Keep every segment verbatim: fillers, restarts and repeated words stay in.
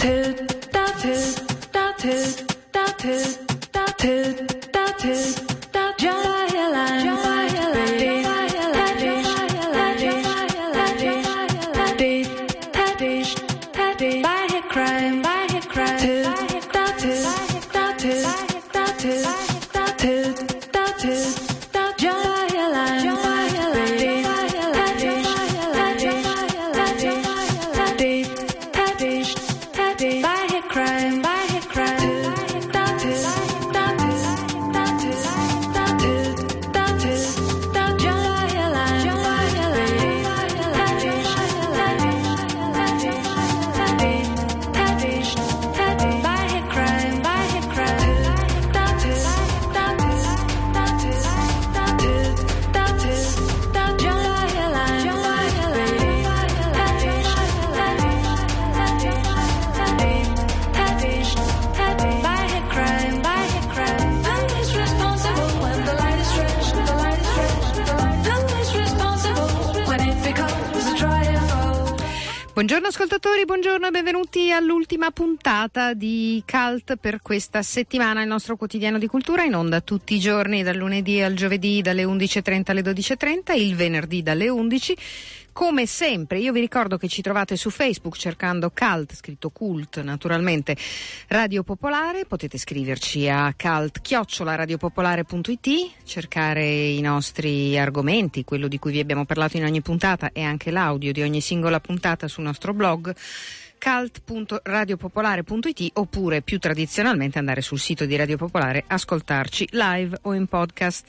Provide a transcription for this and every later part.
Buongiorno ascoltatori, buongiorno e benvenuti all'ultima puntata di Cult per questa settimana, il nostro quotidiano di cultura in onda tutti i giorni dal lunedì al giovedì dalle undici e trenta alle dodici e trenta, il venerdì dalle undici. Come sempre, io vi ricordo che ci trovate su Facebook cercando Cult, scritto Cult naturalmente, Radio Popolare, potete scriverci a cult chiocciola radiopopolare punto it, cercare i nostri argomenti, quello di cui vi abbiamo parlato in ogni puntata e anche l'audio di ogni singola puntata sul nostro blog cult punto radiopopolare punto it, oppure più tradizionalmente andare sul sito di Radio Popolare, ascoltarci live o in podcast.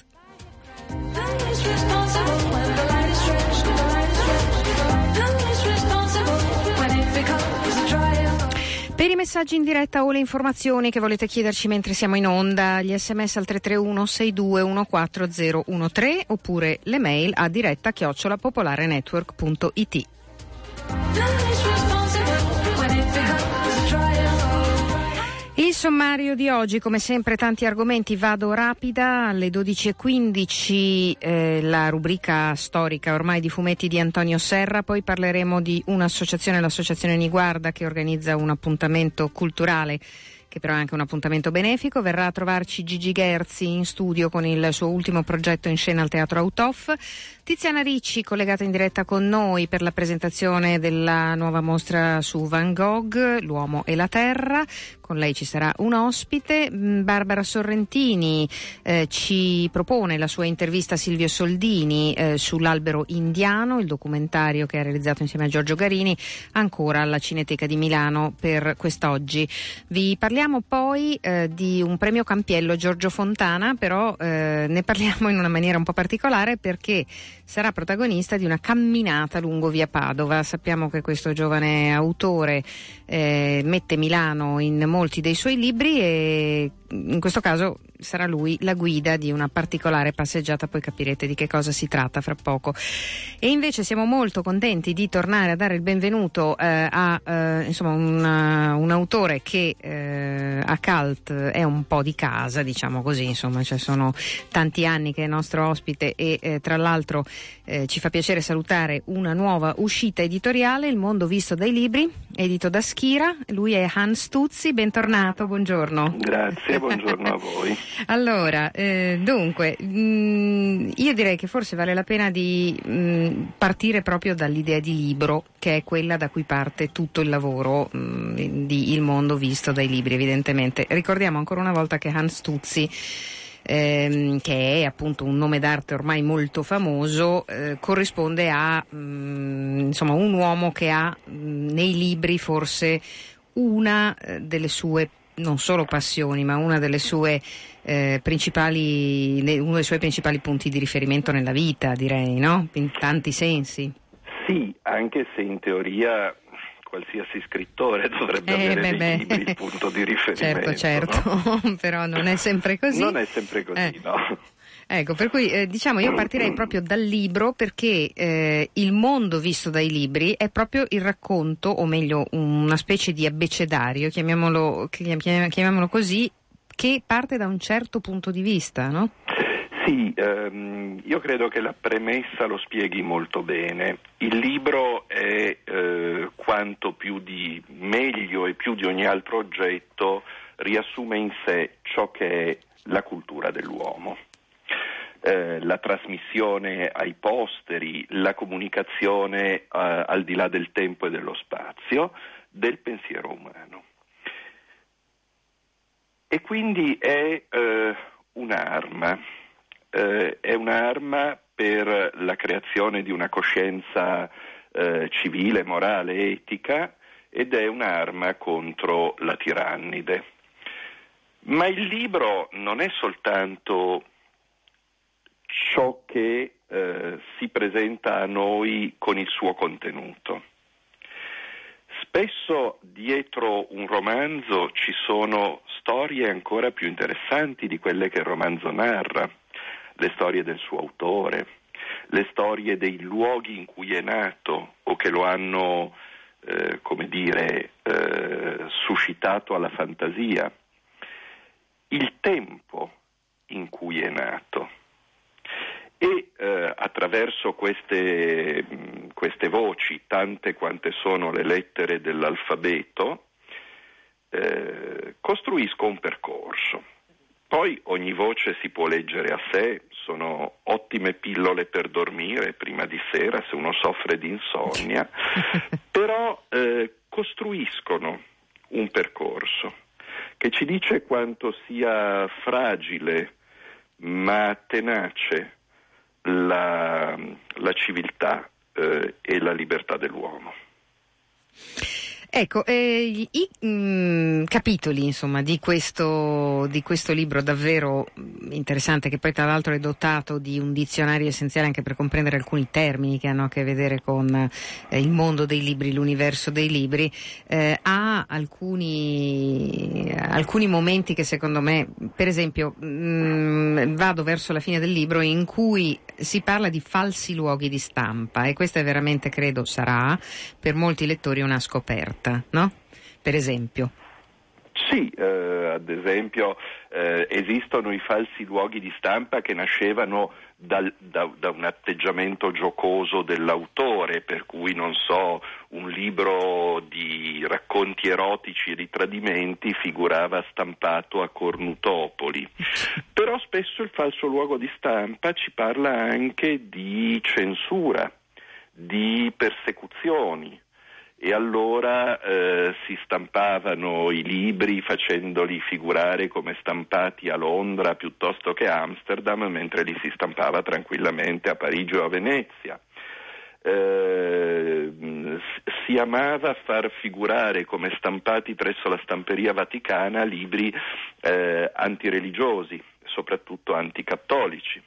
Per i messaggi in diretta o le informazioni che volete chiederci mentre siamo in onda, gli sms al tre tre uno sei due uno quattro zero uno tre oppure le mail a diretta chiocciola popolarenetwork punto it. Il sommario di oggi, come sempre tanti argomenti, vado rapida. Alle dodici e quindici eh, la rubrica storica ormai di fumetti di Antonio Serra, poi parleremo di un'associazione, l'associazione Niguarda, che organizza un appuntamento culturale che però è anche un appuntamento benefico. Verrà a trovarci Gigi Gherzi in studio con il suo ultimo progetto in scena al Teatro Autof. Tiziana Ricci collegata in diretta con noi per la presentazione della nuova mostra su Van Gogh, L'uomo e la terra. Con lei ci sarà un ospite. Barbara Sorrentini eh, ci propone la sua intervista a Silvio Soldini eh, sull'Albero indiano, il documentario che ha realizzato insieme a Giorgio Garini, ancora alla Cineteca di Milano per quest'oggi. Vi parliamo poi eh, di un premio Campiello Giorgio Fontana, però eh, ne parliamo in una maniera un po' particolare perché sarà protagonista di una camminata lungo via Padova. Sappiamo che questo giovane autore eh, mette Milano in molti dei suoi libri e in questo caso sarà lui la guida di una particolare passeggiata, poi capirete di che cosa si tratta fra poco. E invece siamo molto contenti di tornare a dare il benvenuto eh, a eh, insomma un, uh, un autore che eh, a Cult è un po' di casa, diciamo così, insomma, cioè sono tanti anni che è nostro ospite e eh, tra l'altro eh, ci fa piacere salutare una nuova uscita editoriale, Il mondo visto dai libri, edito da Schira. Lui è Hans Tuzzi, bentornato, buongiorno. Grazie, buongiorno a voi. Allora, eh, dunque, mh, io direi che forse vale la pena di mh, partire proprio dall'idea di libro, che è quella da cui parte tutto il lavoro mh, di Il mondo visto dai libri, evidentemente. Ricordiamo ancora una volta che Hans Tuzzi, ehm, che è appunto un nome d'arte ormai molto famoso, eh, corrisponde a mh, insomma un uomo che ha mh, nei libri forse una eh, delle sue non solo passioni, ma una delle sue eh, principali, uno dei suoi principali punti di riferimento nella vita, direi, no? In tanti sensi. Sì, anche se in teoria qualsiasi scrittore dovrebbe eh, avere beh, dei beh. libri il punto di riferimento. Certo, certo, no? Però non è sempre così. Non è sempre così, eh. no. Ecco, per cui eh, diciamo io partirei proprio dal libro, perché eh, il mondo visto dai libri è proprio il racconto, o meglio una specie di abbecedario, chiamiamolo, chiamiamolo così, che parte da un certo punto di vista, no? Sì, ehm, io credo che la premessa lo spieghi molto bene. Il libro è eh, quanto più di meglio e più di ogni altro oggetto riassume in sé ciò che è la cultura dell'uomo. Eh, la trasmissione ai posteri, la comunicazione eh, al di là del tempo e dello spazio, del pensiero umano. E quindi è eh, un'arma, eh, è un'arma per la creazione di una coscienza eh, civile, morale, etica, ed è un'arma contro la tirannide. Ma il libro non è soltanto ciò che eh, si presenta a noi con il suo contenuto. Spesso dietro un romanzo ci sono storie ancora più interessanti di quelle che il romanzo narra, le storie del suo autore, le storie dei luoghi in cui è nato o che lo hanno, eh, come dire, eh, suscitato alla fantasia, il tempo in cui è nato. E eh, attraverso queste, mh, queste voci, tante quante sono le lettere dell'alfabeto, eh, costruisco un percorso. Poi ogni voce si può leggere a sé, sono ottime pillole per dormire prima di sera se uno soffre di insonnia, però eh, costruiscono un percorso che ci dice quanto sia fragile ma tenace La, la civiltà eh, e la libertà dell'uomo. Ecco, eh, i mh, capitoli insomma di questo, di questo libro davvero interessante, che poi tra l'altro è dotato di un dizionario essenziale anche per comprendere alcuni termini che hanno a che vedere con eh, il mondo dei libri, l'universo dei libri, eh, ha alcuni, alcuni momenti che secondo me, per esempio, mh, vado verso la fine del libro in cui si parla di falsi luoghi di stampa, e questa è veramente, credo, sarà per molti lettori una scoperta, no? Per esempio. Sì, eh, ad esempio eh, esistono i falsi luoghi di stampa che nascevano dal, da, da un atteggiamento giocoso dell'autore, per cui, non so, un libro di racconti erotici e di tradimenti figurava stampato a Cornutopoli. Però spesso il falso luogo di stampa ci parla anche di censura, di persecuzioni. E allora eh, si stampavano i libri facendoli figurare come stampati a Londra piuttosto che a Amsterdam, mentre li si stampava tranquillamente a Parigi o a Venezia. Eh, si amava far figurare come stampati presso la stamperia vaticana libri eh, antireligiosi, soprattutto anticattolici.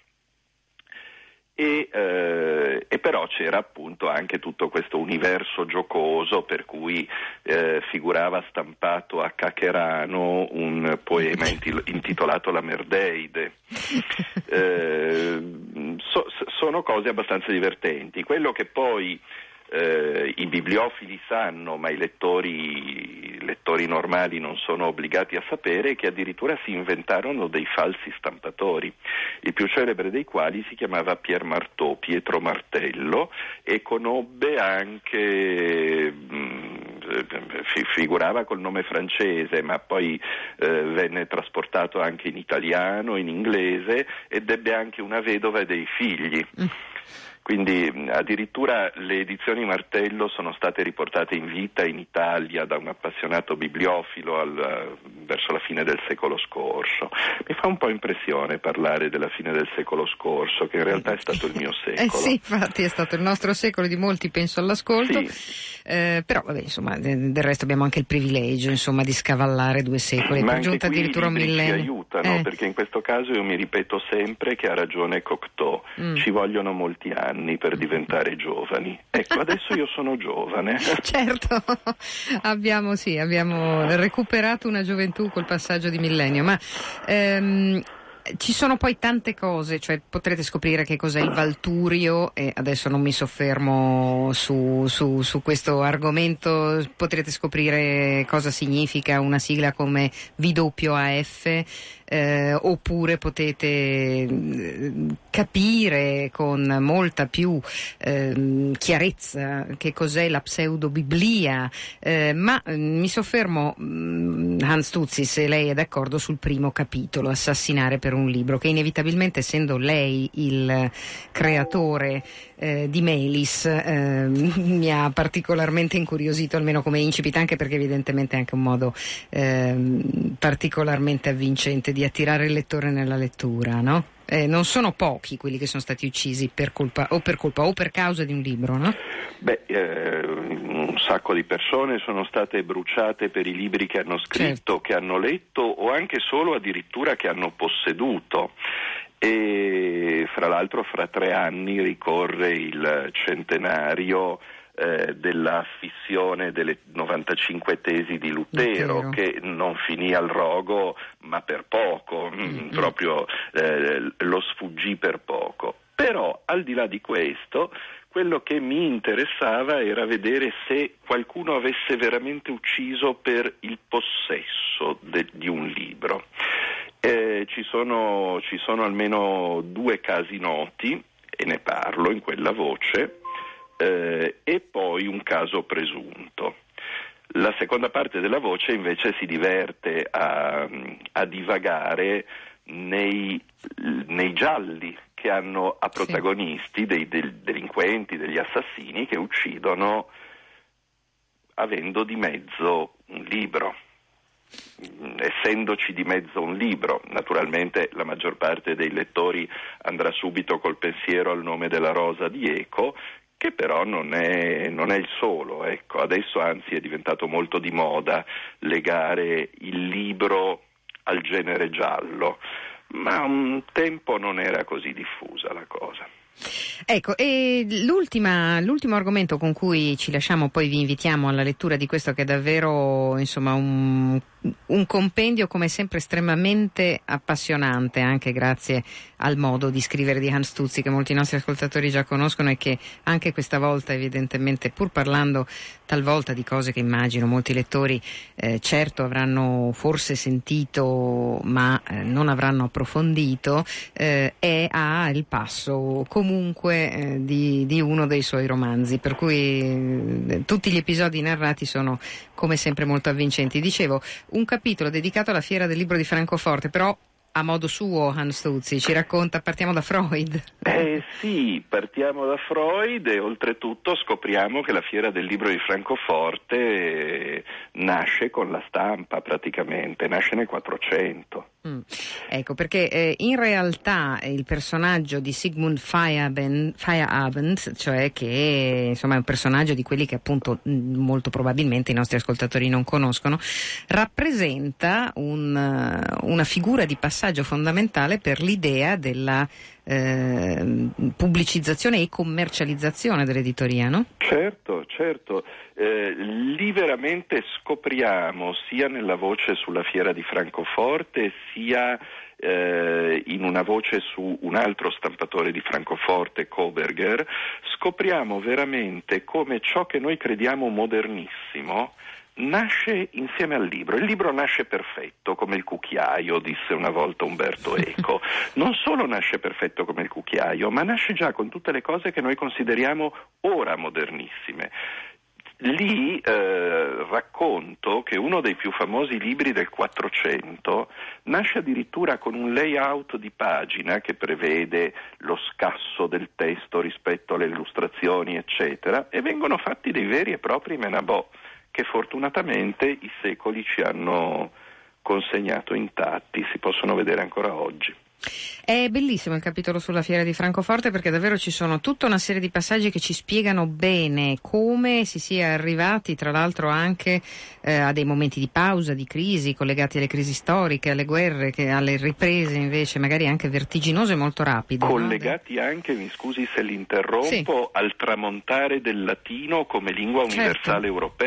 E, eh, e però c'era appunto anche tutto questo universo giocoso per cui eh, figurava stampato a Cacherano un poema intitolato La Merdeide. Eh, so, sono cose abbastanza divertenti. Quello che poi eh, i bibliofili sanno, ma i lettori, lettori normali non sono obbligati a sapere, è che addirittura si inventarono dei falsi stampatori, il più celebre dei quali si chiamava Pierre Marteau, Pietro Martello, e conobbe anche, mh, figurava col nome francese, ma poi eh, venne trasportato anche in italiano, in inglese, ed ebbe anche una vedova e dei figli. Quindi addirittura le edizioni Martello sono state riportate in vita in Italia da un appassionato bibliofilo al, verso la fine del secolo scorso. Mi fa un po' impressione parlare della fine del secolo scorso, che in realtà è stato il mio secolo. Eh sì, infatti è stato il nostro secolo, di molti penso all'ascolto. Sì. Eh, però vabbè, insomma, del resto abbiamo anche il privilegio, insomma, di scavallare due secoli, ma per giunta addirittura un millennio. Ci aiutano, eh. perché in questo caso io mi ripeto sempre che ha ragione Cocteau, mm. ci vogliono molti anni per diventare giovani. Ecco, adesso io sono giovane. Certo, abbiamo sì, abbiamo recuperato una gioventù col passaggio di millennio, ma ehm, ci sono poi tante cose, cioè potrete scoprire che cos'è il Valturio, e adesso non mi soffermo su, su, su questo argomento. Potrete scoprire cosa significa una sigla come V W A F, eh, oppure potete eh, capire con molta più eh, chiarezza che cos'è la pseudobiblia, eh, ma eh, mi soffermo, mh, Hans Tuzzi, se lei è d'accordo, sul primo capitolo, Assassinare per un libro, che inevitabilmente, essendo lei il creatore eh, di Melis, eh, mi ha particolarmente incuriosito, almeno come incipit, anche perché evidentemente è anche un modo eh, particolarmente avvincente di attirare il lettore nella lettura, no? Eh, non sono pochi quelli che sono stati uccisi per colpa o per colpa o per causa di un libro, no? Beh, eh, un sacco di persone sono state bruciate per i libri che hanno scritto, certo, che hanno letto, o anche solo addirittura che hanno posseduto. E fra l'altro fra tre anni ricorre il centenario eh, della fissione delle novantacinque tesi di Lutero, Lutero, che non finì al rogo ma per poco, mm-hmm. proprio eh, lo sfuggì per poco. Però al di là di questo, quello che mi interessava era vedere se qualcuno avesse veramente ucciso per il possesso de- di un libro. Eh, ci sono, ci sono almeno due casi noti, e ne parlo in quella voce, eh, e poi un caso presunto. La seconda parte della voce invece si diverte a, a divagare nei, nei gialli che hanno a protagonisti, sì, dei, dei delinquenti, degli assassini che uccidono avendo di mezzo un libro. Essendoci di mezzo un libro, naturalmente la maggior parte dei lettori andrà subito col pensiero al Nome della rosa di Eco, che però non è, non è il solo. Ecco, adesso anzi è diventato molto di moda legare il libro al genere giallo, ma un tempo non era così diffusa la cosa. Ecco, e l'ultima, l'ultimo argomento con cui ci lasciamo, poi vi invitiamo alla lettura di questo che è davvero, insomma, un, un compendio come sempre estremamente appassionante, anche grazie al modo di scrivere di Hans Tuzzi che molti nostri ascoltatori già conoscono, e che anche questa volta evidentemente, pur parlando talvolta di cose che immagino molti lettori eh, certo avranno forse sentito ma eh, non avranno approfondito, eh, è a il passo comunque eh, di, di uno dei suoi romanzi, per cui eh, tutti gli episodi narrati sono come sempre molto avvincenti. Dicevo, un capitolo dedicato alla Fiera del Libro di Francoforte, però a modo suo Hans Tuzzi ci racconta, partiamo da Freud. Eh sì, partiamo da Freud, e oltretutto scopriamo che la Fiera del Libro di Francoforte eh, nasce con la stampa, praticamente, nasce nel Quattrocento. Mm. Ecco, perché eh, in realtà il personaggio di Sigmund Feyerabend, Feyerabend, cioè che insomma è un personaggio di quelli che appunto mh, molto probabilmente i nostri ascoltatori non conoscono, rappresenta un, uh, una figura di passaggio fondamentale per l'idea della eh, pubblicizzazione e commercializzazione dell'editoria, no? Certo, certo. Eh, lì veramente scopriamo, sia nella voce sulla Fiera di Francoforte, sia eh, in una voce su un altro stampatore di Francoforte, Koberger, scopriamo veramente come ciò che noi crediamo modernissimo nasce insieme al libro. Il libro nasce perfetto come il cucchiaio, disse una volta Umberto Eco. Non solo nasce perfetto come il cucchiaio, ma nasce già con tutte le cose che noi consideriamo ora modernissime. Lì eh, racconto che uno dei più famosi libri del Quattrocento nasce addirittura con un layout di pagina che prevede lo scasso del testo rispetto alle illustrazioni, eccetera, e vengono fatti dei veri e propri menabò che fortunatamente i secoli ci hanno consegnato intatti, si possono vedere ancora oggi. È bellissimo il capitolo sulla Fiera di Francoforte, perché davvero ci sono tutta una serie di passaggi che ci spiegano bene come si sia arrivati, tra l'altro anche eh, a dei momenti di pausa, di crisi, collegati alle crisi storiche, alle guerre, che alle riprese invece magari anche vertiginose e molto rapide. Collegati no? anche, mi scusi se l'interrompo, sì, al tramontare del latino come lingua universale, certo, europea.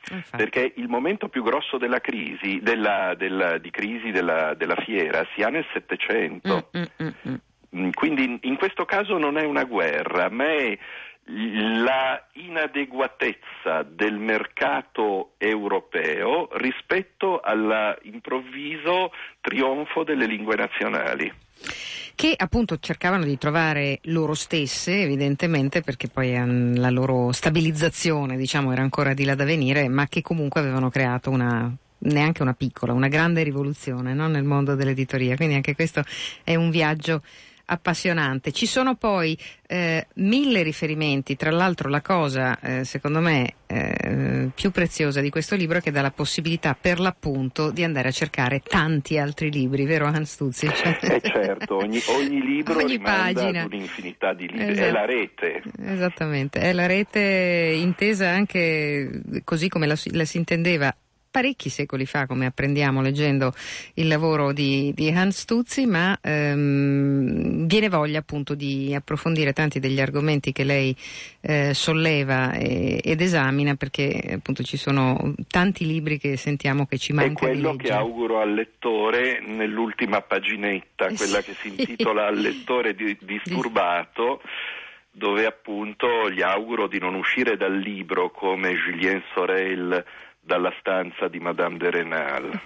Infatti. Perché il momento più grosso della crisi, della, della, di crisi della, della fiera si ha nel Settecento. Mm, mm, mm, mm. Quindi in, in questo caso non è una guerra, ma è la inadeguatezza del mercato europeo rispetto all'improvviso trionfo delle lingue nazionali, che appunto cercavano di trovare loro stesse, evidentemente, perché poi la loro stabilizzazione, diciamo, era ancora di là da venire, ma che comunque avevano creato una neanche una piccola, una grande rivoluzione, no? Nel mondo dell'editoria. Quindi anche questo è un viaggio appassionante. Ci sono poi eh, mille riferimenti, tra l'altro la cosa eh, secondo me eh, più preziosa di questo libro è che dà la possibilità per l'appunto di andare a cercare tanti altri libri, vero Hans Tuzzi? Cioè... Eh certo, ogni, ogni libro ogni rimanda pagina. ad un'infinità di libri, Esatto. È la rete. Esattamente, è la rete intesa anche così come la, la si intendeva parecchi secoli fa, come apprendiamo leggendo il lavoro di, di Hans Tuzzi, ma ehm, viene voglia appunto di approfondire tanti degli argomenti che lei eh, solleva e, ed esamina, perché appunto ci sono tanti libri che sentiamo che ci manca di leggere. È quello che auguro al lettore nell'ultima paginetta, quella che si intitola Al lettore di, disturbato, dove appunto gli auguro di non uscire dal libro come Julien Sorel dalla stanza di Madame de Rênal.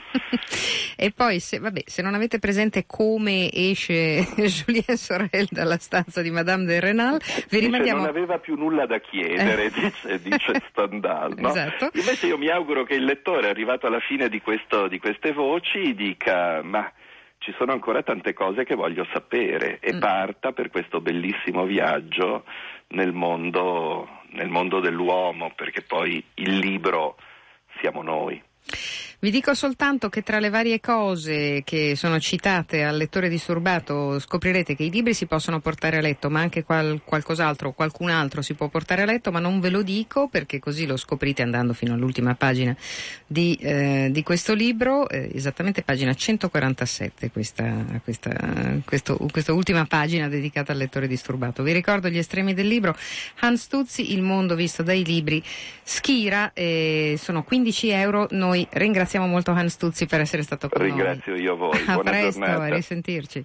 E poi se, vabbè, se non avete presente come esce Julien Sorel dalla stanza di Madame de Rênal, vi rimandiamo. Non aveva più nulla da chiedere, eh. dice, dice Stendhal, no? Esatto. Invece io mi auguro che il lettore, arrivato alla fine di, questo, di queste voci, dica: ma ci sono ancora tante cose che voglio sapere, e mm. parta per questo bellissimo viaggio nel mondo, nel mondo dell'uomo, perché poi il libro siamo noi. Vi dico soltanto che tra le varie cose che sono citate al lettore disturbato scoprirete che i libri si possono portare a letto, ma anche qual- qualcos'altro, qualcun altro si può portare a letto, ma non ve lo dico perché così lo scoprite andando fino all'ultima pagina di, eh, di questo libro, eh, esattamente pagina centoquarantasette, questa, questa, questo, questa ultima pagina dedicata al lettore disturbato. Vi ricordo gli estremi del libro: Hans Tuzzi, Il mondo visto dai libri, Schira, eh, sono quindici euro. Noi ringraziamo Ringraziamo molto Hans Tuzzi per essere stato con Ringrazio noi. io voi. A Buona presto, giornata. A risentirci.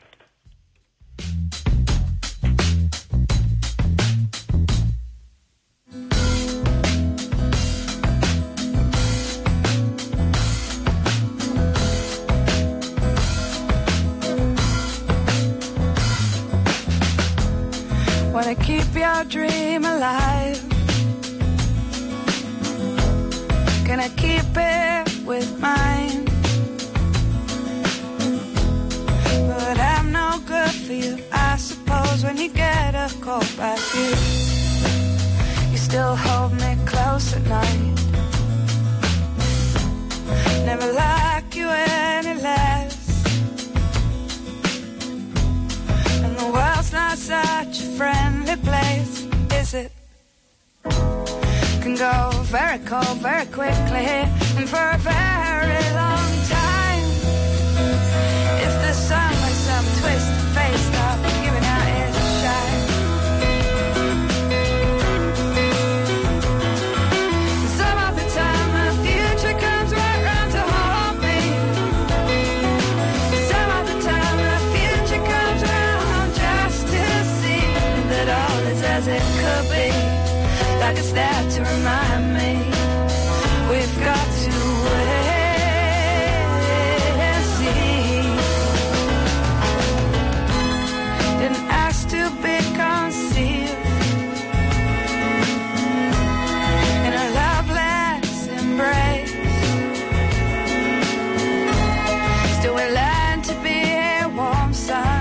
Wanna keep your dream alive. Can I keep it with mine? But I'm no good for you, I suppose. When you get a call back, you You still hold me close at night. Never like you any less, and the world's not such a friendly place, is it? Can go very cold very quickly and for a very long time. If the sun with some twisted face stop giving out its shine. Some of the time the future comes right round to haunt me. Some of the time the future comes round just to see that all is as it could be. Like it's there to remind me we've got to wait and see. Didn't ask to be conceived in a loveless embrace. Still we learn to be a warm sun.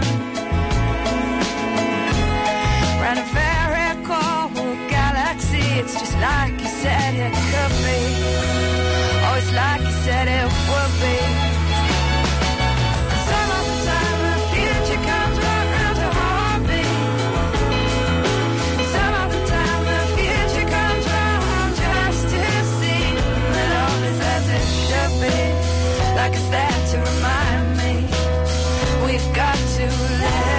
Ran a very cold galaxy. It's just like you said it could be. Oh, it's like you said it would be. Some of the time the future comes right round to haunt me. Some of the time the future comes round just to see that all is as it should be. Like it's there to remind me we've got to let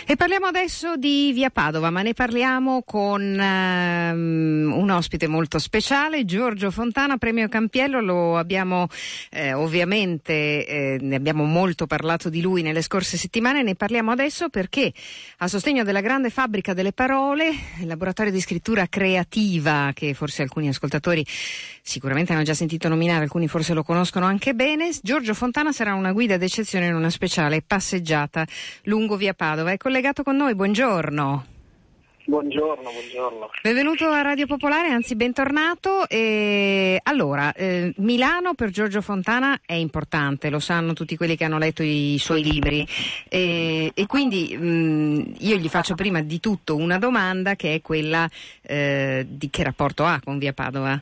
E parliamo adesso di Via Padova, ma ne parliamo con um, un ospite molto speciale, Giorgio Fontana, premio Campiello. Lo abbiamo eh, ovviamente, eh, ne abbiamo molto parlato di lui nelle scorse settimane, ne parliamo adesso perché a sostegno della grande fabbrica delle parole, il laboratorio di scrittura creativa, che forse alcuni ascoltatori sicuramente hanno già sentito nominare, alcuni forse lo conoscono anche bene, Giorgio Fontana sarà una guida d'eccezione in una speciale passeggiata lungo Via Padova. È collegato con noi, buongiorno. Buongiorno, buongiorno. Benvenuto a Radio Popolare, anzi bentornato. E allora, eh, Milano per Giorgio Fontana è importante, lo sanno tutti quelli che hanno letto i suoi libri e, e quindi mh, io gli faccio prima di tutto una domanda che è quella eh, di che rapporto ha con Via Padova?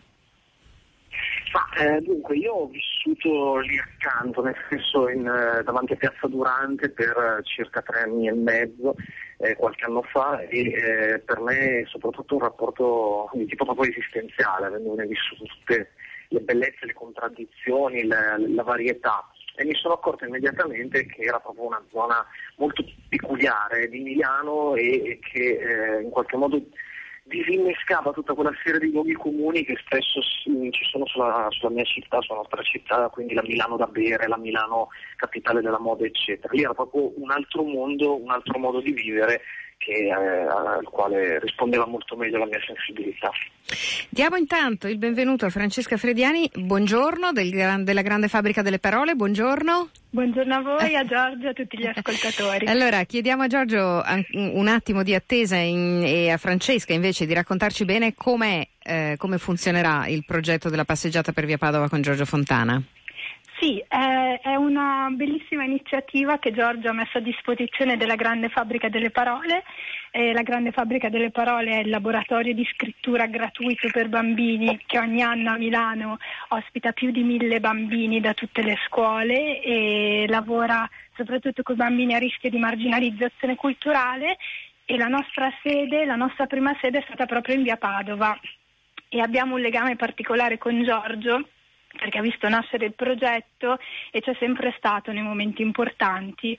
Ma, eh, dunque, io ho vissuto lì accanto, nel senso in, eh, davanti a Piazza Durante per eh, circa tre anni e mezzo, eh, qualche anno fa, e eh, per me è soprattutto un rapporto di tipo proprio esistenziale, avendone vissuto tutte le bellezze, le contraddizioni, la, la varietà. E mi sono accorto immediatamente che era proprio una zona molto peculiare di Milano e, e che eh, in qualche modo disinnescava tutta quella serie di luoghi comuni che spesso ci sono sulla, sulla mia città, sulla nostra città, quindi la Milano da bere, la Milano capitale della moda, eccetera. Lì era proprio un altro mondo, un altro modo di vivere che, eh, al quale rispondeva molto meglio la mia sensibilità. Diamo intanto il benvenuto a Francesca Frediani, buongiorno, del, della grande fabbrica delle parole, buongiorno. Buongiorno a voi, a Giorgio, a tutti gli ascoltatori. Allora, chiediamo a Giorgio un attimo di attesa in, e a Francesca invece di raccontarci bene com'è, eh, come funzionerà il progetto della passeggiata per Via Padova con Giorgio Fontana. Sì, è, è una bellissima iniziativa che Giorgio ha messo a disposizione della Grande Fabbrica delle Parole. Eh, la Grande Fabbrica delle Parole è il laboratorio di scrittura gratuito per bambini che ogni anno a Milano ospita più di mille bambini da tutte le scuole e lavora soprattutto con bambini a rischio di marginalizzazione culturale, e la nostra sede, la nostra prima sede è stata proprio in Via Padova e abbiamo un legame particolare con Giorgio perché ha visto nascere il progetto e c'è sempre stato nei momenti importanti,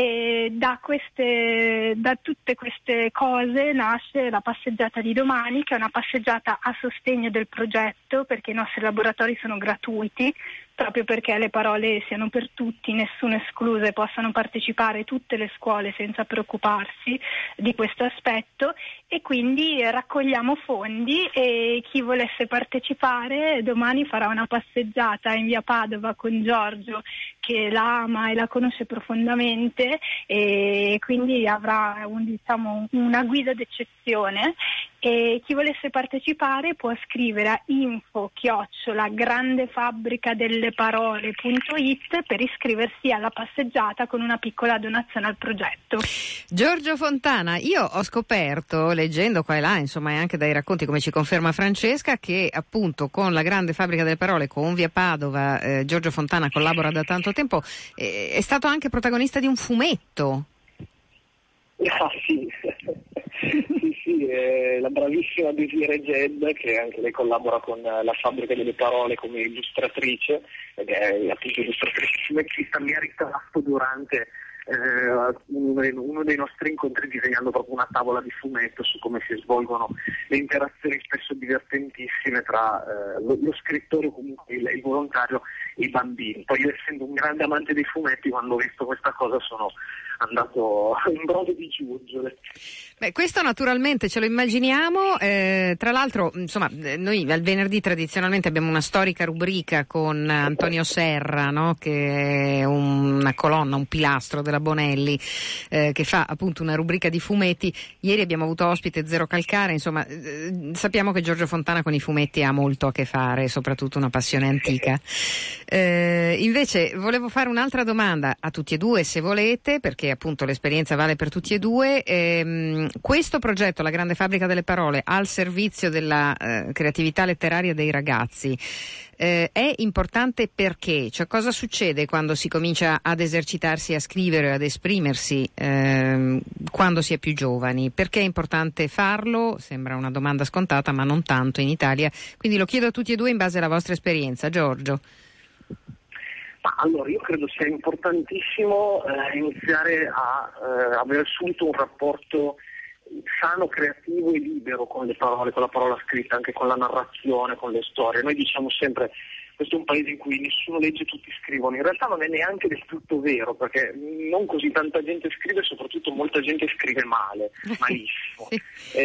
e da queste, da tutte queste cose nasce la passeggiata di domani, che è una passeggiata a sostegno del progetto, perché i nostri laboratori sono gratuiti, proprio perché le parole siano per tutti, nessuno escluso, e possano partecipare tutte le scuole senza preoccuparsi di questo aspetto, e quindi raccogliamo fondi e chi volesse partecipare domani farà una passeggiata in Via Padova con Giorgio, che la ama e la conosce profondamente, e quindi avrà un, diciamo, una guida d'eccezione, e chi volesse partecipare può scrivere a info chiocciola grandefabbricadelleparole.it per iscriversi alla passeggiata con una piccola donazione al progetto. Giorgio Fontana, io ho scoperto, leggendo qua e là, insomma, e anche dai racconti, come ci conferma Francesca, che appunto con la Grande Fabbrica delle Parole, con Via Padova, eh, Giorgio Fontana collabora da tanto tempo, eh, è stato anche protagonista di un fumetto. Ah, sì. sì, sì, eh, la bravissima Desiree Jed, che anche lei collabora con la Fabbrica delle Parole come illustratrice, ed è appunto illustratrice fumettista, mi ha ritratto durante eh, uno, dei, uno dei nostri incontri, disegnando proprio una tavola di fumetto su come si svolgono le interazioni spesso divertentissime tra eh, lo, lo scrittore, comunque il, il volontario, e i bambini. Poi io, essendo un grande amante dei fumetti, quando ho visto questa cosa sono andato in brodo di giuggiole. Beh, questo naturalmente ce lo immaginiamo, eh, tra l'altro insomma noi al venerdì tradizionalmente abbiamo una storica rubrica con Antonio Serra, no? Che è una colonna, un pilastro della Bonelli, eh, che fa appunto una rubrica di fumetti. Ieri abbiamo avuto ospite Zero Calcare, insomma eh, sappiamo che Giorgio Fontana con i fumetti ha molto a che fare, soprattutto una passione antica. Eh, invece volevo fare un'altra domanda a tutti e due, se volete, perché appunto l'esperienza vale per tutti e due. Ehm, questo progetto, la Grande Fabbrica delle Parole, al servizio della eh, creatività letteraria dei ragazzi, eh, è importante perché? Cioè, cosa succede quando si comincia ad esercitarsi a scrivere, ad esprimersi ehm, quando si è più giovani? Perché è importante farlo? Sembra una domanda scontata, ma non tanto in Italia, quindi lo chiedo a tutti e due in base alla vostra esperienza. Giorgio. Ma allora io credo sia importantissimo eh, iniziare a eh, avere subito un rapporto sano, creativo e libero con le parole, con la parola scritta, anche con la narrazione, con le storie. Noi diciamo sempre questo è un paese in cui nessuno legge, tutti scrivono. In realtà non è neanche del tutto vero, perché non così tanta gente scrive, soprattutto molta gente scrive male, malissimo. Sì.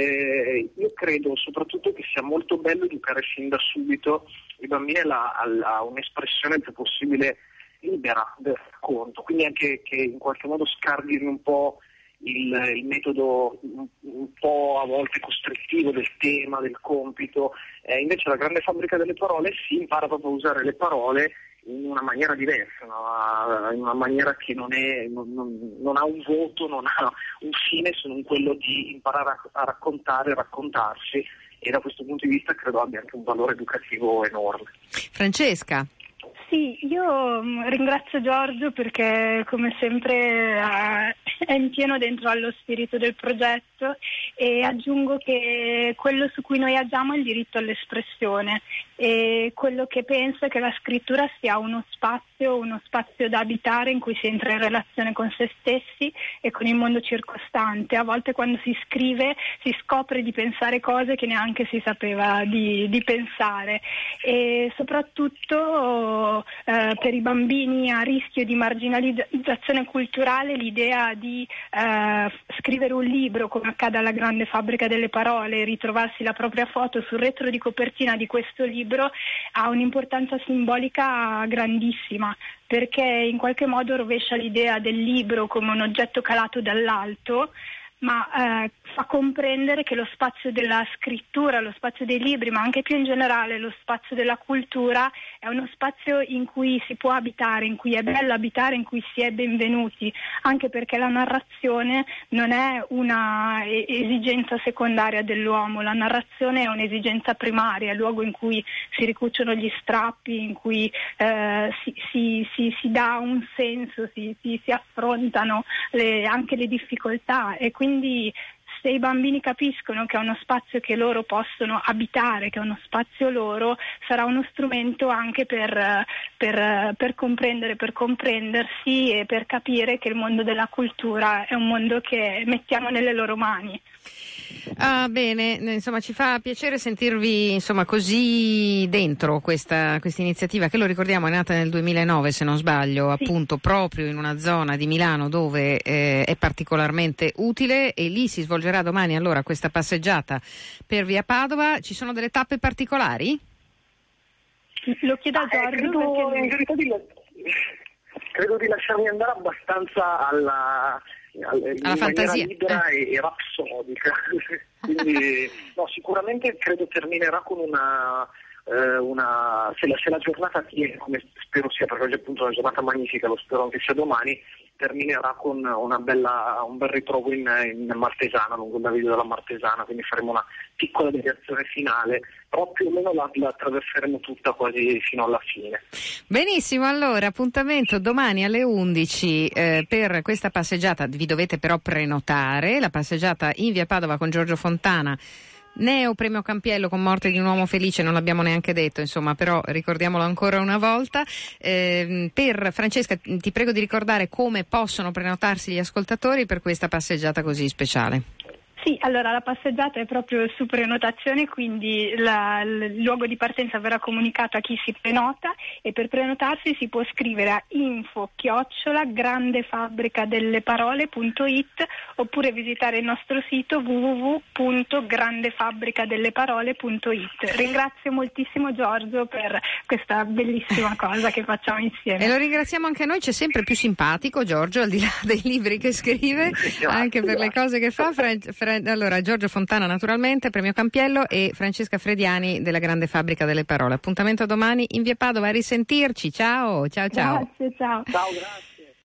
Eh, io credo soprattutto che sia molto bello educare fin da subito i bambini alla, alla un'espressione il più possibile libera del racconto, quindi anche che in qualche modo scardino un po' Il, il metodo un, un po' a volte costrittivo del tema, del compito, eh, invece la grande fabbrica delle parole si impara proprio a usare le parole in una maniera diversa, no? In una maniera che non, è, non, non, non ha un voto, non ha un fine se non quello di imparare a, a raccontare, raccontarsi, e da questo punto di vista credo abbia anche un valore educativo enorme. Francesca. Sì, io ringrazio Giorgio perché come sempre è in pieno dentro allo spirito del progetto, e aggiungo che quello su cui noi agiamo è il diritto all'espressione, e quello che penso è che la scrittura sia uno spazio, uno spazio da abitare in cui si entra in relazione con se stessi e con il mondo circostante. A volte quando si scrive si scopre di pensare cose che neanche si sapeva di, di pensare, e soprattutto Eh, per i bambini a rischio di marginalizzazione culturale l'idea di eh, scrivere un libro, come accade alla grande fabbrica delle parole, e ritrovarsi la propria foto sul retro di copertina di questo libro ha un'importanza simbolica grandissima, perché in qualche modo rovescia l'idea del libro come un oggetto calato dall'alto, ma eh, fa comprendere che lo spazio della scrittura, lo spazio dei libri, ma anche più in generale lo spazio della cultura è uno spazio in cui si può abitare, in cui è bello abitare, in cui si è benvenuti, anche perché la narrazione non è una esigenza secondaria dell'uomo, la narrazione è un'esigenza primaria, è il luogo in cui si ricuciono gli strappi, in cui eh, si, si, si, si dà un senso, si, si, si affrontano le, anche le difficoltà, e quindi Quindi se i bambini capiscono che è uno spazio che loro possono abitare, che è uno spazio loro, sarà uno strumento anche per, per, per comprendere, per comprendersi e per capire che il mondo della cultura è un mondo che mettiamo nelle loro mani. Ah, bene, insomma ci fa piacere sentirvi insomma così dentro questa questa iniziativa, che lo ricordiamo è nata nel duemilanove se non sbaglio, sì. Appunto proprio in una zona di Milano dove eh, è particolarmente utile, e lì si svolgerà domani allora questa passeggiata per via Padova. Ci sono delle tappe particolari? Lo chiedo a Giorgio, eh, credo, perché... in verità di, credo di lasciarmi andare abbastanza alla alla fantasia libera eh. e, e rapsodica. Quindi no, sicuramente credo terminerà con una, eh, una se, la, se la giornata tiene, come spero sia, perché oggi è appunto una giornata magnifica, lo spero anche sia domani, terminerà con una bella, un bel ritrovo in, in Martesana, lungo il naviglio della Martesana, quindi faremo una piccola deviazione finale, però più o meno la, la attraverseremo tutta quasi fino alla fine. Benissimo, allora appuntamento domani alle undici eh, per questa passeggiata. Vi dovete però prenotare la passeggiata in via Padova con Giorgio Fontana, Neo Premio Campiello con Morte di un uomo felice, non l'abbiamo neanche detto, insomma, però ricordiamolo ancora una volta. Eh, per Francesca, ti prego di ricordare come possono prenotarsi gli ascoltatori per questa passeggiata così speciale. Sì, allora la passeggiata è proprio su prenotazione, quindi la, il luogo di partenza verrà comunicato a chi si prenota, e per prenotarsi si può scrivere a info chiocciola grandefabricadelleparole.it oppure visitare il nostro sito w w w punto grandefabricadelleparole.it. Ringrazio moltissimo Giorgio per questa bellissima cosa che facciamo insieme. E lo ringraziamo anche noi, c'è sempre più simpatico Giorgio, al di là dei libri che scrive, grazie, anche per grazie. Le cose che fa. Fra, fra, Allora, Giorgio Fontana naturalmente, Premio Campiello, e Francesca Frediani della Grande Fabbrica delle Parole. Appuntamento domani in via Padova, a risentirci. Ciao, ciao, ciao. Grazie, ciao. Ciao, grazie.